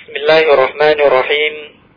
بسم الله الرحمن الرحيم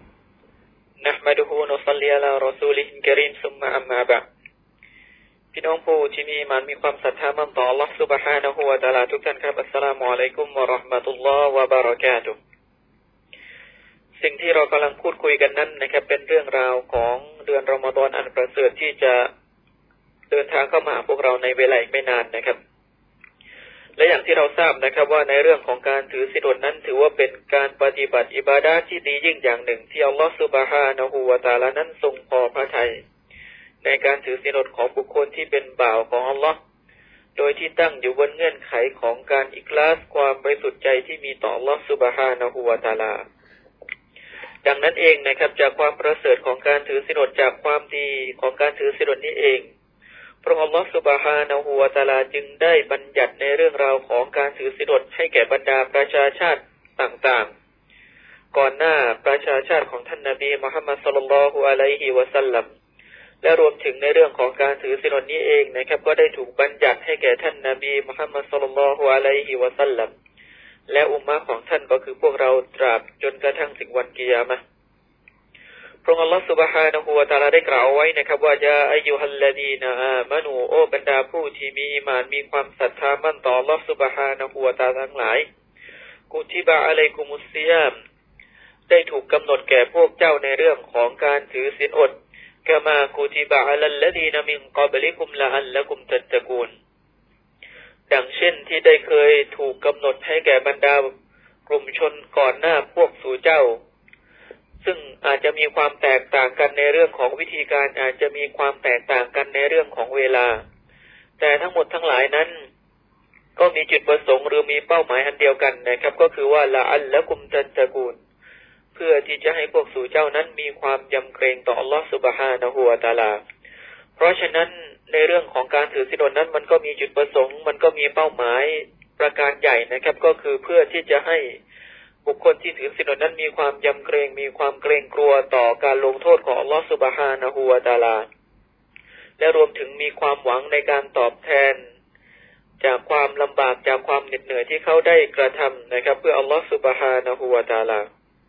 نحمده ونصلي على رسوله الكريم ثم أما بعدพี่น้องผู้ที่มีอีหม่านมีความศรัทธามั่นต่อ Allah Subhanahu wa Ta'ala ทุกท่านครับอัสสลามุอะลัยกุมวะเราะห์มะตุลลอฮ์วะบะเราะกาตุฮ์สิ่งที่เรากำลังพูดคุยกันนั้นนะครับเป็นเรื่องราวของเดือนรอมฎอนอันประเสริฐที่จะเดินทางเข้ามาหาพวกเราในเวลาอีกไม่นานนะครับและอย่างที่เราทราบนะครับว่าในเรื่องของการถือศีลอดนั้นถือว่าเป็นการปฏิบัติอิบาดะห์ที่ดียิ่งอย่างหนึ่งที่อัลลอฮฺซุบฮานะฮูวะตะอาลานั้นทรงพอพระทัยในการถือศีลอดของบุคคลที่เป็นบ่าวของอัลลอฮ์โดยที่ตั้งอยู่บนเงื่อนไขของการอิคลาสความบริสุทธิ์ใจที่มีต่ออัลลอฮฺซุบฮานะฮูวะตะอาลาดังนั้นเองนะครับจากความประเสริฐของการถือศีลอดจากความดีของการถือศีลอดนี้เองพระองค์อัลลอฮฺซุบฮานะฮูวะตะอาลาจึงได้บัญญัติในเรื่องราวของการถือศีลอดให้แก่บรรดาประชาชาติต่างๆก่อนหน้าประชาชาติของท่านนบีมุฮัมมัดศ็อลลัลลอฮุอะลัยฮิวะซัลลัมและรวมถึงในเรื่องของการถือศีลอดนี้เองนะครับก็ได้ถูกบัญญัติให้แก่ท่านนบีมุฮัมมัดศ็อลลัลลอฮุอะลัยฮิวะซัลลัมและอุมมะฮ์ของท่านก็คือพวกเราตราบจนกระทั่งถึงวันกิยามะห์พระองค์อัลลอฮฺ سبحانه และ تعالى ได้กล่าวไว้นะครับว่ายาอัยยูฮัลลดีนอามานูโอบรรดาผู้ที่มีอีหม่านมีความศรัทธามั่นต่ออัลลอฮฺ سبحانه และ تعالى ทั้งหลายกุติบะอะลัยกุมุสซิยามได้ถูกกำหนดแก่พวกเจ้าในเรื่องของการถือศีลอดกะมากุติบะอะลัลลดีนมินกับลิกุมละอัลละกุมตัตตะกูนดังเช่นที่ได้เคยถูกกำหนดให้แก่บรรดากลุ่มชนก่อนหน้าพวกสู่เจ้าซึ่งอาจจะมีความแตกต่างกันในเรื่องของวิธีการอาจจะมีความแตกต่างกันในเรื่องของเวลาแต่ทั้งหมดทั้งหลายนั้นก็มีจุดประสงค์หรือมีเป้าหมายอันเดียวกันนะครับก็คือว่าละอัลละกุมตัตตะกูนเพื่อที่จะให้พวกสู่เจ้านั้นมีความยำเกรงต่ออัลลอฮฺซุบฮานะฮูวะตะอาลาเพราะฉะนั้นในเรื่องของการถือศีลอดนั้นมันก็มีจุดประสงค์มันก็มีเป้าหมายประการใหญ่นะครับก็คือเพื่อที่จะให้บุคคลที่ถือศีลอดนั้นมีความยำเกรงมีความเกรงกลัวต่อการลงโทษของอัลลอฮฺซุบฮานะฮูวะตะอาลาและรวมถึงมีความหวังในการตอบแทนจากความลำบากจากความเหน็ดเหนื่อยที่เขาได้กระทำนะครับเพื่ออัลลอฮฺซุบฮานะฮูวะตะอาลา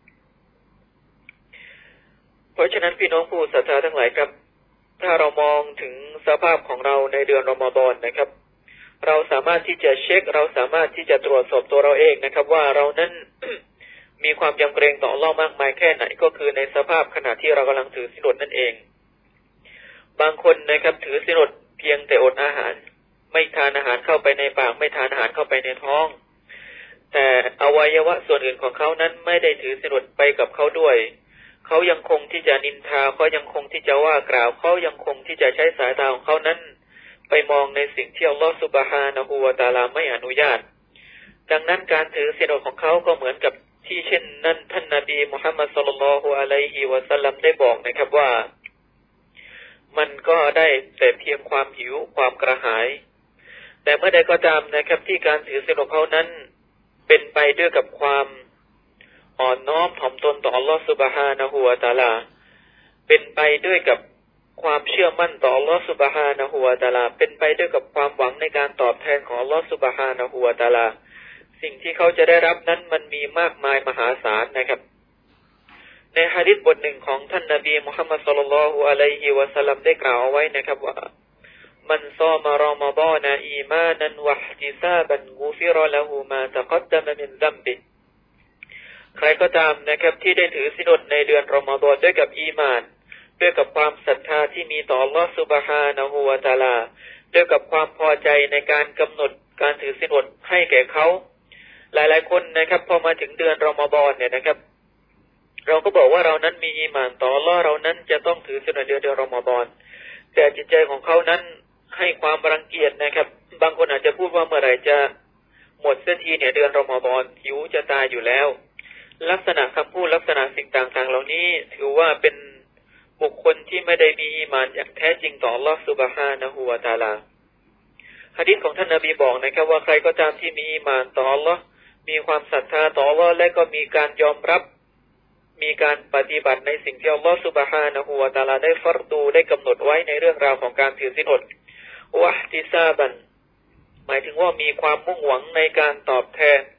เพราะฉะนั้นพี่น้องผู้ศรัทธาทั้งหลายครับถ้าเรามองถึงสภาพของเราในเดือนรอมฎอนนะครับเราสามารถที่จะเช็คเราสามารถที่จะตรวจสอบตัวเราเองนะครับว่าเรานั้น มีความยำเกรงต่ออัลเลาะห์มากมายแค่ไหนก็คือในสภาพขณะที่เรากำลังถือศีลอดนั่นเองบางคนนะครับถือศีลอดเพียงแต่อดอาหารไม่ทานอาหารเข้าไปในปากไม่ทานอาหารเข้าไปในท้องแต่อวัยวะส่วนอื่นของเขานั้นไม่ได้ถือศีลอดไปกับเขาด้วยเขายังคงที่จะนินทาเขายังคงที่จะว่ากล่าวเขายังคงที่จะใช้สายตาของเขานั้นไปมองในสิ่งที่อัลลอฮฺซุบฮานะฮูวะตะอาลาไม่อนุญาตดังนั้นการถือศีลอดของเขาก็เหมือนกับที่เช่นนั้นท่านนบีมุฮัมมัดศ็อลลัลลอฮุอะลัยฮิวะซัลลัมได้บอกนะครับว่ามันก็ได้แต่เพียงความหิวความกระหายแต่เมื่อใดก็ตามนะครับที่การถือศีลของเขานั้นเป็นไปด้วยกับความอ่อนน้อมถ่อมตนต่ออัลลอฮฺซุบฮานะฮูวะตะอาลาเป็นไปด้วยกับความเชื่อมั่นต่ออัลลอฮฺซุบฮานะฮูวะตะอาลาเป็นไปด้วยกับความหวังในการตอบแทนของอัลลอฮฺซุบฮานะฮูวะตะอาลาสิ่งที่เขาจะได้รับนั้นมันมีมากมายมหาศาลนะครับในหะดีษบทหนึ่งของท่านนบีมุฮัมมัดศ็อลลัลลอฮุอะลัยฮิวะซัลลัมได้กล่าวเอาไว้นะครับว่ามันซอมะรอมฎอนอีมานันวะอิห์ติซาบันกุฟิรละฮูมาตะกัดดะมะมินซัมบิใครก็ตามนะครับที่ได้ถือศีลอดในเดือนรอมฎอนด้วยกับอีมานด้วยกับความศรัทธาที่มีต่ออัลเลาะห์ซุบฮานะฮูวะตะอาลาด้วยกับความพอใจในการกำหนดการถือศีลอดให้แก่เขาหลายๆคนนะครับพอมาถึงเดือนรอมฎอนเนี่ยนะครับเราก็บอกว่าเรานั้นมีอีหม่านต่ออัลเลาะห์เรานั้นจะต้องถือศีลอดเดือนรอมฎอนแต่จิตใจของเขานั้นให้ความรังเกียจนะครับบางคนอาจจะพูดว่าเมื่อไหร่จะหมดเสียทีเนี่ยเดือนรอมฎอนหิวจะตายอยู่แล้วลักษณะคำพูดลักษณะสิ่งต่างๆเหล่านี้ถือว่าเป็นบุคคลที่ไม่ได้มีอีหม่านอย่างแท้จริงต่ออัลเลาะห์ซุบฮานะฮูวะตะอาลาหะดีษของท่านนบีบอกนะครับว่าใครก็ตามที่มีอีหม่านต่ออัลเลาะห์มีความศรัทธาต่ออัลเลาะห์และก็มีการยอมรับมีการปฏิบัติในสิ่งที่อัลเลาะห์ซุบฮานะฮูวะตะอาลาได้ฟัรดูได้กำหนดไว้ในเรื่องราวของการถือศีลอดวะอิห์ติซาบันหมายถึงว่ามีความมุ่งหวังในการตอบแทน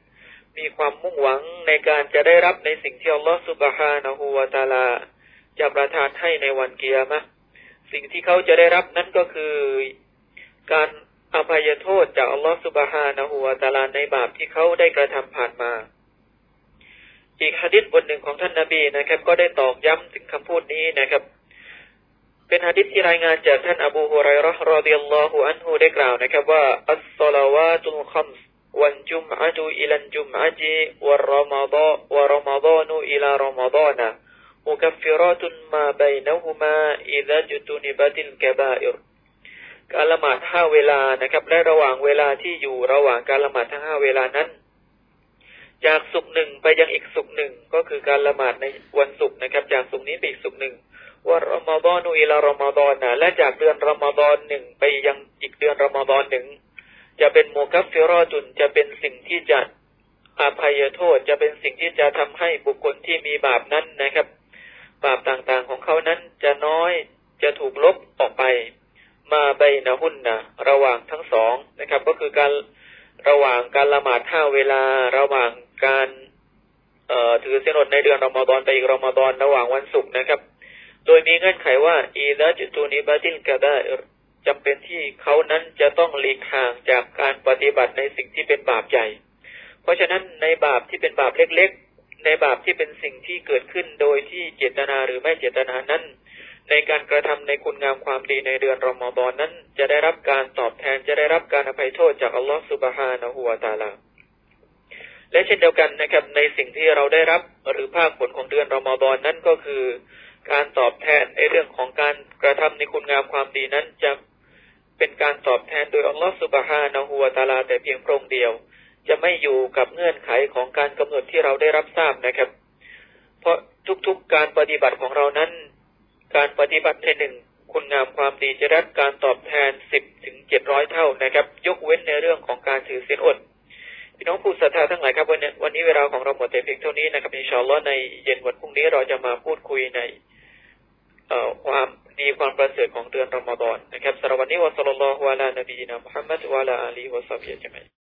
มีความมุ่งหวังในการจะได้รับในสิ่งที่อัลลอฮฺซุบฮานะฮูวะตะอาลาจะประทานให้ในวันกิยามะห์สิ่งที่เขาจะได้รับนั้นก็คือการอภัยโทษจากอัลลอฮฺซุบฮานะฮูวะตะอาลาในบาปที่เขาได้กระทำผ่านมาอีกหะดีษบทหนึ่งของท่านนบีนะครับก็ได้ตอกย้ำถึงคำพูดนี้นะครับเป็นหะดีษที่รายงานจากท่านอบูฮุรัยเราะห์รอฎิยัลลอฮุอันฮุได้กล่าวนะครับว่าอัสศอลาวาตุลคัมส์วันจุมอะตุอิลันจุมอะติวัรรอมฎอวะรอมฎอนุอิลารอมฎอนะมุกัฟฟิรอตุนมาบัยนะฮุมาอิซาจตุนิบัติลกะบาอิรการละหมาด5เวลานะครับและระหว่างเวลาที่อยู่ระหว่างการละหมาดทั้ง5เวลานั้นจากศุกร์หนึ่งไปยังอีกศุกร์หนึ่งก็คือการละหมาดในวันศุกร์นะครับจากศุกร์นี้ไปอีกศุกร์หนึ่งว่ารอมฎอนุอิลารอมฎอนะและจากเดือนรอมฎอนหนึ่งไปยังอีกเดือนรอมฎอนหนึ่งจะเป็นมุกัฟฟิรอตุนจะเป็นสิ่งที่จะอภัยโทษจะเป็นสิ่งที่จะทำให้บุคคลที่มีบาปนั้นนะครับบาปต่างๆของเขานั้นจะน้อยจะถูกลบออกไปมาบัยนะฮุนนะระหว่างทั้งสองนะครับก็คือการระหว่างการละหมาด5เวลาระหว่างการถือศีลอดในเดือนรอมฎอนไปอีกรอมฎอนระหว่างวันศุกร์นะครับโดยมีเงื่อนไขว่าอิซาจตุนิบัติลกะบาอิรจำเป็นที่เขานั้นจะต้องหลีกห่างจากการปฏิบัติในสิ่งที่เป็นบาปใหญ่เพราะฉะนั้นในบาปที่เป็นบาปเล็กๆในบาปที่เป็นสิ่งที่เกิดขึ้นโดยที่เจตนาหรือไม่เจตนานั้นในการกระทำในคุณงามความดีในเดือนรอมฎอนนั้นจะได้รับการตอบแทนจะได้รับการอภัยโทษจากอัลลอฮฺซุบฮานะฮูวะตะอาลาและเช่นเดียวกันนะครับในสิ่งที่เราได้รับหรือภาคผลของเดือนรอมฎอนนั้นก็คือการตอบแทนในเรื่องของการกระทำในคุณงามความดีนั้นจะเป็นการตอบแทนโดยอัลลอฮฺซุบฮานะฮูวะตะอาลาแต่เพียงพระองค์เดียวจะไม่อยู่กับเงื่อนไขของการกำหนดที่เราได้รับทราบนะครับเพราะทุกๆการปฏิบัติของเรานั้นการปฏิบัติในหนึ่งคุณงามความดีจะได้รับการตอบแทน10 ถึง 700 เท่านะครับยกเว้นในเรื่องของการถือศีลอดพี่น้องผู้ศรัทธาทั้งหลายครับวันนี้เวลาของเราหมดแต่เพียงเท่านี้นะครับอินชาอัลลอฮ์ในเย็นวันพรุ่งนี้เราจะมาพูดคุยในความดีความประเสริฐของเดือนรอมฎอนนะครับสำหรับวันนี้วะศ็อลลัลลอฮุอะลานบีนะมุฮัมมัดวะอะลาอาลีฮิวะศอฮบิฮิอัจมัย